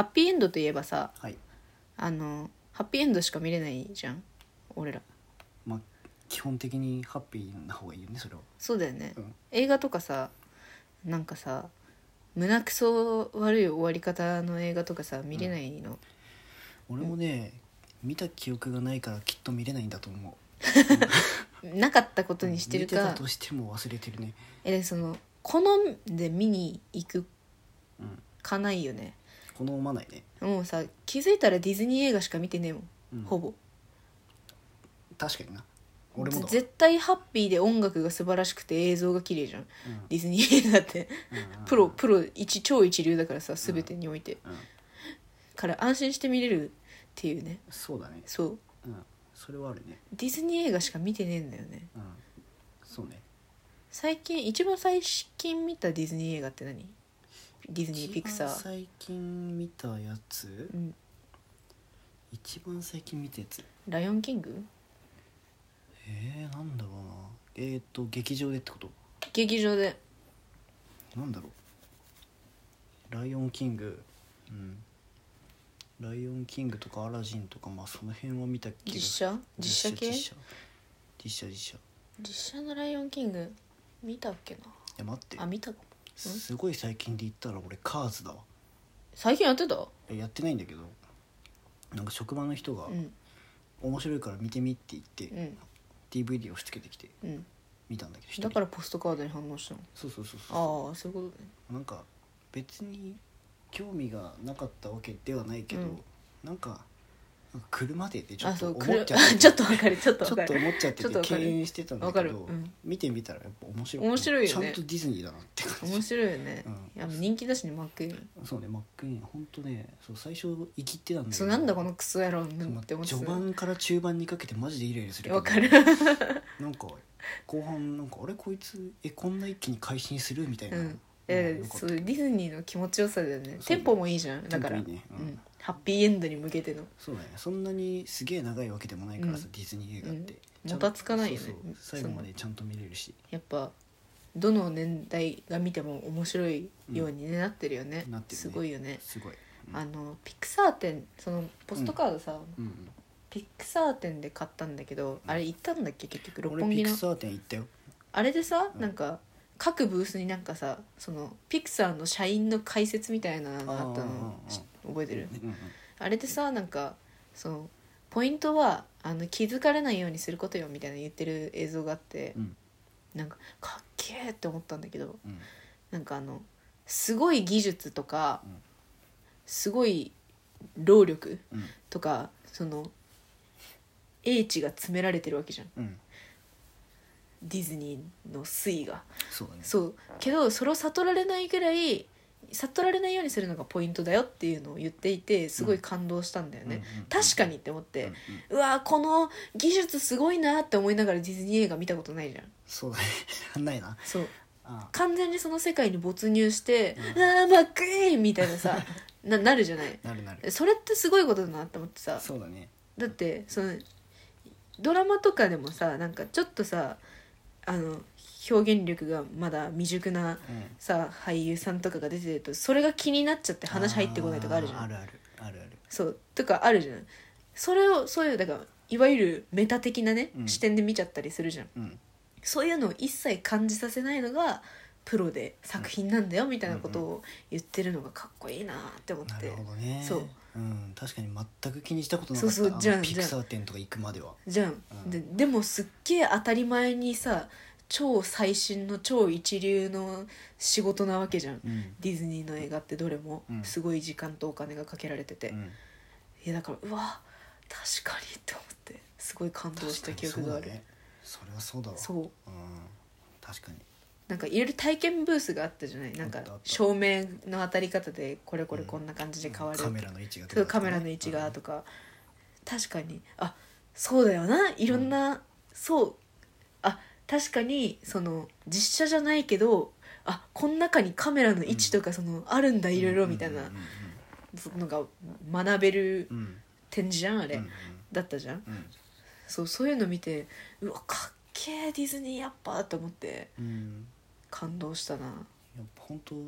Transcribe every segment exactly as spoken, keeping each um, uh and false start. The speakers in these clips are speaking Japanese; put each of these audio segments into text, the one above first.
ハッピーエンドといえばさ、 はい。 あのハッピーエンドしか見れないじゃん俺ら。 まあ基本的にハッピーな方がいいよねそれは。 そうだよね、 うん映画とかさ、なんかさ胸くそ悪い終わり方の映画とかさ見れないの、 俺もね、見た記憶がないからきっと見れないんだと思なかったことう。 にしてる見てたか、 としても忘れてるね。 えその好んで見に行くうん。 かないよね。 好まないね。 もうさ気づいたらディズニー映画しか見てねえもん、 うん、 ほぼ。 確かにな。俺もだわ。 絶対ハッピーで音楽が素晴らしくて映像が綺麗じゃん、 うん、 ディズニー映画ってうんうんうん、 プロプロ一超一流だからさ全てにおいて、 うん、 から安心して見れるっていうね。 そうだね。 そううん、それはあるね。 ディズニー映画しか見てねえんだよね。 うん、そうね。 最近一番最近見たディズニー映画って何？ディズニーピクサー。 一番最近見たやつ、 うん、 一番最近見たやつ、 ライオンキング？ えー、なんだろうな。えーと劇場でってこと？ 劇場で。 なんだろう。ライオンキング、うん、ライオンキングとかアラジンとか、まあその辺は見た気が。 実写？実写系？ 実写実写実写実写のライオンキング見たっけな。 いや待って、 あ見たかも。 すごい最近で言ったら俺カーズだわ。 最近やってた？ いややってないんだけど、なんか職場の人がうん面白いから見てみって言って、 うんディーブイディー を押し付けてきてうん見たんだけど一人だからポストカードに反応したの。 そうそうそうそうああそういうことね。 なんか別に興味がなかったわけではないけど、 うんなんかなんか車ででちょあっと思っそうくるちゃってちょっとわかるちょっとちょっとわかる思っちゃっててちょっとわかる敬遠してたんだわけど、 かるうん見てみたらやっぱ面白い面白いよねちゃんとディズニーだなって感じ。 面白いよね、 うんいや人気だしねマックイーン。 そうね、マックイーンほんとね、そう最初生きってたんだけど、 そうなんだこのクソ野郎そうまって思ってた。 序盤から中盤にかけてマジでイライラするけどわかるなんか後半なんかあれこいつえこんな一気に改心するみたいな、 うんえよかったそうディズニーの気持ちよさだよね。 そうテンポもいいじゃんだからテンポいいねうんうん、ハッピーエンドに向けてのそうだね、そんなにすげえ長いわけでもないからさ、 うんディズニー映画って、 うんちゃんもたつかないよねそうそう最後までちゃんと見れるし、 やっぱどの年代が見ても面白いように、ねなってるよね。 なってるねすごいよね。 すごい、うん、 あのピクサー展そのポストカードさ、 うんうんピクサー展で買ったんだけど、あれ行ったんだっけ結局六俺本木のピクサー店行ったよ。 あれでさ、 うんなんか各ブースになんかさそのピクサーの社員の解説みたいなのがあったのあーし覚えてる？ うんうんあれでさなんかそのポイントはあの気づかれないようにすることよみたいな言ってる映像があって、 うんなんかかっけーって思ったんだけど、 うんなんかあのすごい技術とか、 うんすごい労力うんとかその英知が詰められてるわけじゃんうんディズニーの推が。 そうだね。 そうけどそれを悟られないぐらい悟られないようにするのがポイントだよっていうのを言っていてすごい感動したんだよね、 うんうん確かにって思って、 うんうんうわーこの技術すごいなって思いながらディズニー映画見たことないじゃん。 そうだねないな。 そうあ完全にその世界に没入して「 うんあーマックイーン!」みたいなさな, なるじゃない。 なるなる。 それってすごいことだなって思ってさ。 そうだね。 だってそのドラマとかでもさなんかちょっとさあの表現力がまだ未熟なうんさ俳優さんとかが出てるとそれが気になっちゃって話入ってこないとかあるじゃん。 あるあるあるある。 そうとかあるじゃん。それをそういうだからいわゆるメタ的なね、 うん視点で見ちゃったりするじゃん。 うんそういうのを一切感じさせないのがプロで作品なんだよみたいなことを言ってるのがかっこいいなって思って。 なるほどね。 そう、 うん、確かに全く気にしたことなかった。 そうそうじゃんあのピクサー展とか行くまでは。 じゃん、 うんででもすっげえ当たり前にさ超最新の超一流の仕事なわけじゃん、 うんディズニーの映画ってどれもうんすごい時間とお金がかけられてて、 うん、 いやだからうわ確かにって思ってすごい感動した記憶がある。 確かにそうだね。それはそうだわ。 そううん、確かに。 なんかいろいろ体験ブースがあったじゃないなんかあったあった照明の当たり方でこれこれこんな感じで変わる、 カメラの位置がとそうかね、 カメラの位置がとか、確かにあそうだよないろんな、そうあ確かにその実写じゃないけどあこの中にカメラの位置とかその、あるんだいろいろみたいなのが学べるうんうんうん展示じゃんあれ、 うんうんだったじゃん。 うんそうそういうの見てうわかっけーディズニーやっぱと思ってうん、 感動したな。 やっぱ本当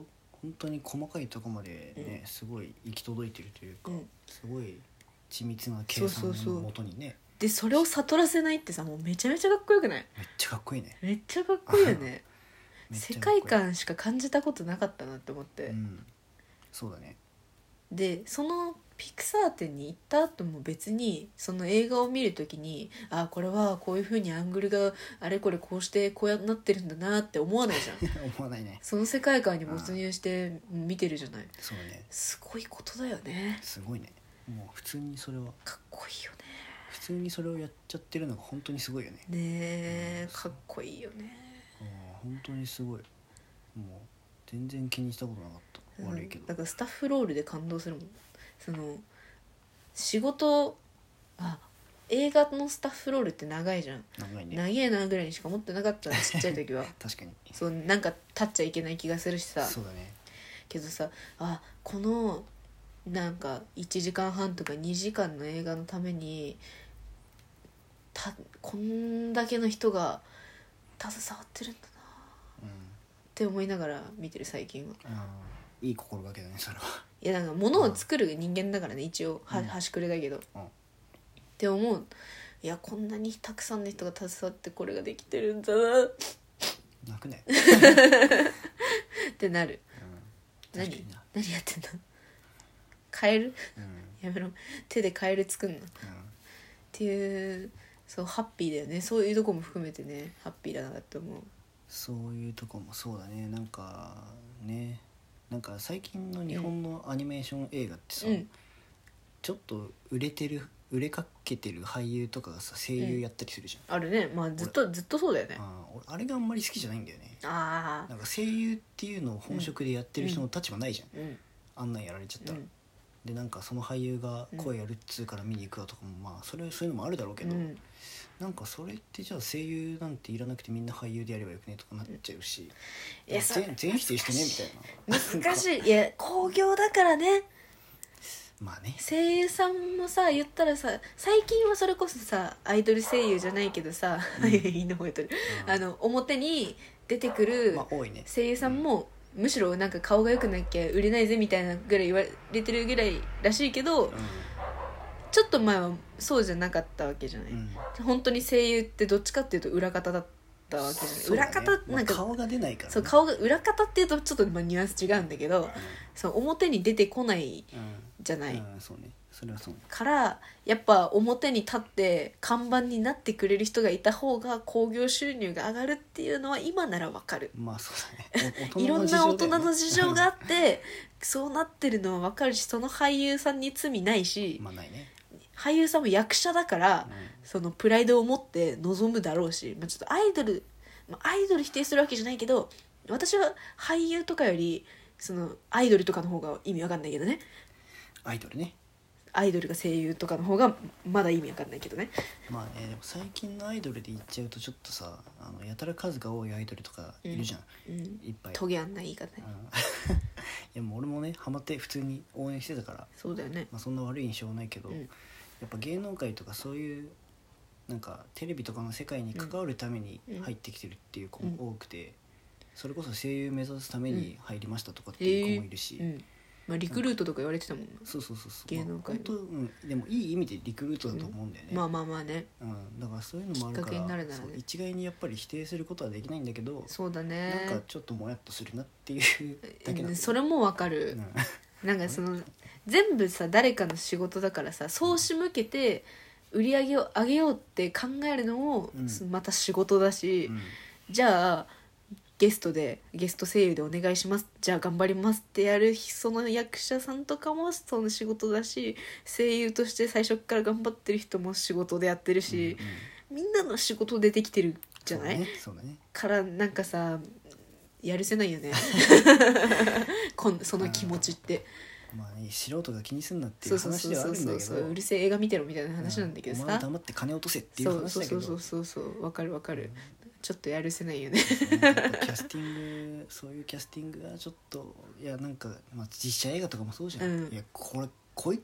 本当に細かいとこまでね、 うんすごい行き届いてるというか、 うんすごい緻密な計算のもとにね。 でそれを悟らせないってさもうめちゃめちゃかっこよくない？ めっちゃかっこいいね。 めっちゃかっこいいよねめっち世ゃかっこいい界観しか感じたことなかったなって思って、 うん、そうだね。 でそのピクサー展に行った後も別にその映画を見るときにあこれはこういう風にアングルがあれこれこうしてこうやってなってるんだなって思わないじゃん思わないね。 その世界観に没入して見てるじゃない。 そうね。 すごいことだよね。 すごいね。もう普通にそれはかっこいいよね。 普通にそれをやっちゃってるのが本当にすごいよね。 ねえ、 うんかっこいいよね。 あー本当にすごい。もう全然気にしたことなかった、悪いけど。 だからスタッフロールで感動するもん。その仕事あ映画のスタッフロールって長いじゃん。 長いね。 長えなぐらいにしか思ってなかったちっちゃい時は確かに。 そうなんか立っちゃいけない気がするしさ。 そうだね。 けどさあこのなんかいちじかんはんとかにじかんの映画のためにたこんだけの人が携わってるんだなうん。 って思いながら見てる最近は。 あーいい心がけだねそれは。 いやなんか物を作る人間だからね一応はうん端くれだけど、 うんって思う。いやこんなにたくさんの人が携わってこれができてるんだなっ泣くね。 てなる。 うん、 何確かにな。 何やってんのカエルうんやめろ手でカエル作んのっうんていうそうハッピーだよね。そういうとこも含めてねハッピーだなって思う。 そういうとこもそうだね。なんかね、なんか最近の日本のアニメーション映画ってさ、 うんちょっと売れてる売れかけてる俳優とかがさ声優やったりするじゃん、 あるね。まあずっとずっとそうだよね。 あー俺あれがあんまり好きじゃないんだよね。 ああなんか声優っていうのを本職でやってる人の立場ないじゃん、 うんあんなんやられちゃったら、 うんでなんかその俳優が声やるっつうから見に行くわとかもまあそれそういうのもあるだろうけど、 うんなんかそれってじゃあ声優なんていらなくてみんな俳優でやればよくねとかなっちゃうし、 いやそ全全否定してねみたいな。 難しい。いや興行だからね。 まあね。 声優さんもさ言ったらさ最近はそれこそさアイドル声優じゃないけどさ、 うんいいの覚えてる、 うんあの表に出てくるまあ多いね。 声優さんも、むしろなんか顔が良くなきゃ売れないぜみたいなぐらい言われてるぐらいらしいけど、 うちょっと前はそうじゃなかったわけじゃない、 ん、うん本当に声優ってどっちかっていうと裏方だったわけじゃない、 そうだね裏方なんか、 まあ顔が出ないから、ね、 そう顔が裏方っていうとちょっとまあニュアンス違うんだけど、そう表に出てこないうんじゃない、 うん、そうねそれはそうね。 からやっぱ表に立って看板になってくれる人がいた方が興行収入が上がるっていうのは今ならわかる。 まあそうだね。おいろんな大人の事事情があってそうなってるのはわかるし、その俳優さんに罪ないし、 まあないね。 俳優さんも役者だから、 うそのプライドを持って臨むだろうし、まあ、ちょっとアイドル、まあ、アイドル否定するわけじゃないけど、私は俳優とかよりそのアイドルとかの方が意味わかんないけどね、 ん、アイドルね。 アイドルが声優とかの方がまだ意味わかんないけどね。 まあね、でも最近のアイドルで言っちゃうとちょっとさ、あのやたら数が多いアイドルとかいるじゃん、 うん、 いっぱい。 トゲあんない言い方ね。 うんいやもう俺もねハマって普通に応援してたから、 そうだよね。 まあ、そんな悪い印象はないけど、 うんやっぱ芸能界とかそういうなんかテレビとかの世界に関わるために入ってきてるっていう子も多くて、それこそ声優目指すために入りましたとかっていう子もいるし、 うん、まあ、リクルートとか言われてたもんな。 そうそうそうそう、 芸能界のまあ、本当、うん、でもいい意味でリクルートだと思うんだよね、 まあまあまあね。 うん、だからそういうのもあるかきっかけになるならねらそう一概にやっぱり否定することはできないんだけど、 そうだね。 なんかちょっともやっとするなっていうだけなんだよ、 それもわかる、 うん、 なんかその全部さ誰かの仕事だからさ、そうし向けて売り上げを上げようって考えるのもうんまた仕事だし、 うんじゃあゲストでゲスト声優でお願いします、じゃあ頑張りますってやるその役者さんとかもその仕事だし、声優として最初から頑張ってる人も仕事でやってるし、 うんうん、 みんなの仕事でできてるじゃない、 そうだね、そうだね、 からなんかさやるせないよねこんその気持ちってまあね、素人が気にすんなっていそううそうそう話ではあそうそうるんだけど、 うるせえ映画見てろみたいな話なんだけどさ、 お前は黙って金落とせっていうそう話だけど、 そうそうそうそうわかるわかる、ちょっとやるせないよねなんかやっぱキャスティングそういうキャスティングがちょっといやなんか、まあ、実写映画とかもそうじゃん、 うんいやこれこいつが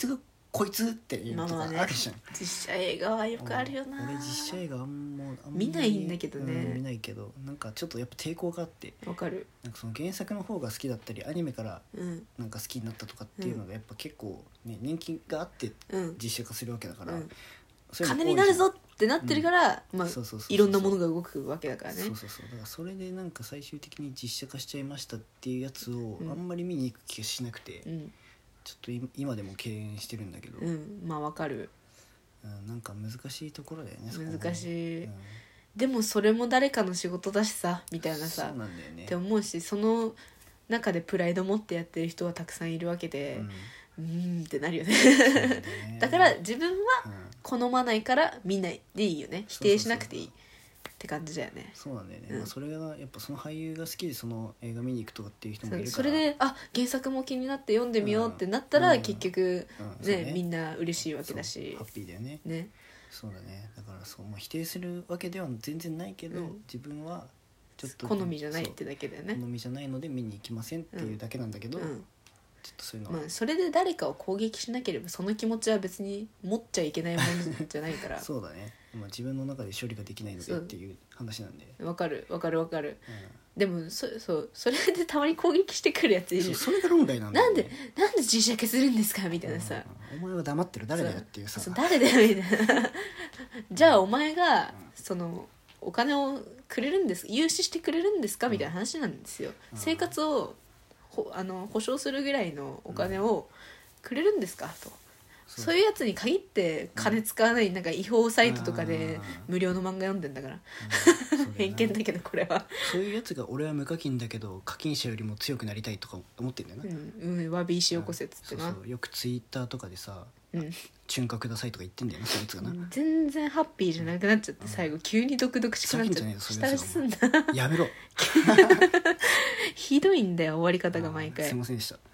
こいつっていうのとかあるじゃん、 まあまあね、実写映画はよくあるよな。 俺実写映画あんまあんまり見ないんだけどね、 うん、見ないけどなんかちょっとやっぱ抵抗があって、 わかる。 なんかその原作の方が好きだったりアニメからうんなんか好きになったとかっていうのがやっぱ結構、ね、人気があってうん実写化するわけだから、 うんそういうの多いじゃん金になるぞってなってるから、まあそうそうそうそういろんなものが動くわけだからね。 そうそうそうだからそれでなんか最終的に実写化しちゃいましたっていうやつをうんあんまり見に行く気がしなくて、 うんちょっと今今でも敬遠してるんだけど、 うんまあわかる。 うん、なんか難しいところだよねそこもね難しい、 うんでもそれも誰かの仕事だしさみたいなさそうなんだよねって思うし、その中でプライド持ってやってる人はたくさんいるわけで、 うんうーんってなるよねそうなんだよねだから自分はうん好まないから見ないでいいよね。否定しなくていいって感じだよね。 そうなんだよね、 うんまあ、それがやっぱその俳優が好きでその映画見に行くとかっていう人もいるからそれであ原作も気になって読んでみようってなったら、 うん結局、 うんそうねねみんな嬉しいわけだしそうハッピーだよねね。 そうだねだからそう、まあ、否定するわけでは全然ないけど、 うん自分はちょっと好みじゃないってだけだよねそう好。みじゃないので見に行きませんっていうだけなんだけど、 うんちょっとそういうのは、 まあ、それで誰かを攻撃しなければその気持ちは別に持っちゃいけないものじゃないからそうだね、まあ、自分の中で処理ができないのでっていう話なんで、 わかるわかるわかる。 うでもそそうそれでたまに攻撃してくるやついん、 るそうそれが論外なんだよ、ね、 なんでなんで実写化するんですかみたいなさ、 うんお前は黙ってる誰だよっていうさそう誰だよみたいなじゃあお前がそのお金をくれるんです融資してくれるんですかみたいな話なんですよ、 うん生活をほあの保証するぐらいのお金をくれるんですかと、 そうそういうやつに限って金使わないなんか違法サイトとかでうん無料の漫画読んでんだから、 うんそうだよな偏見だけどこれはそういうやつが俺は無課金だけど課金者よりも強くなりたいとか思ってんだよな、 うん、うん、詫び石起こせっつってな、 そうそうよくツイッターとかでさうん、 チュンカくださいとか言ってんだよなそいつがな、 全然ハッピーじゃなくなっちゃって最後急に毒々しくなっちゃってふざけんじゃねえよ下打ちすんだやめろひどいんだよ終わり方が毎回すいませんでした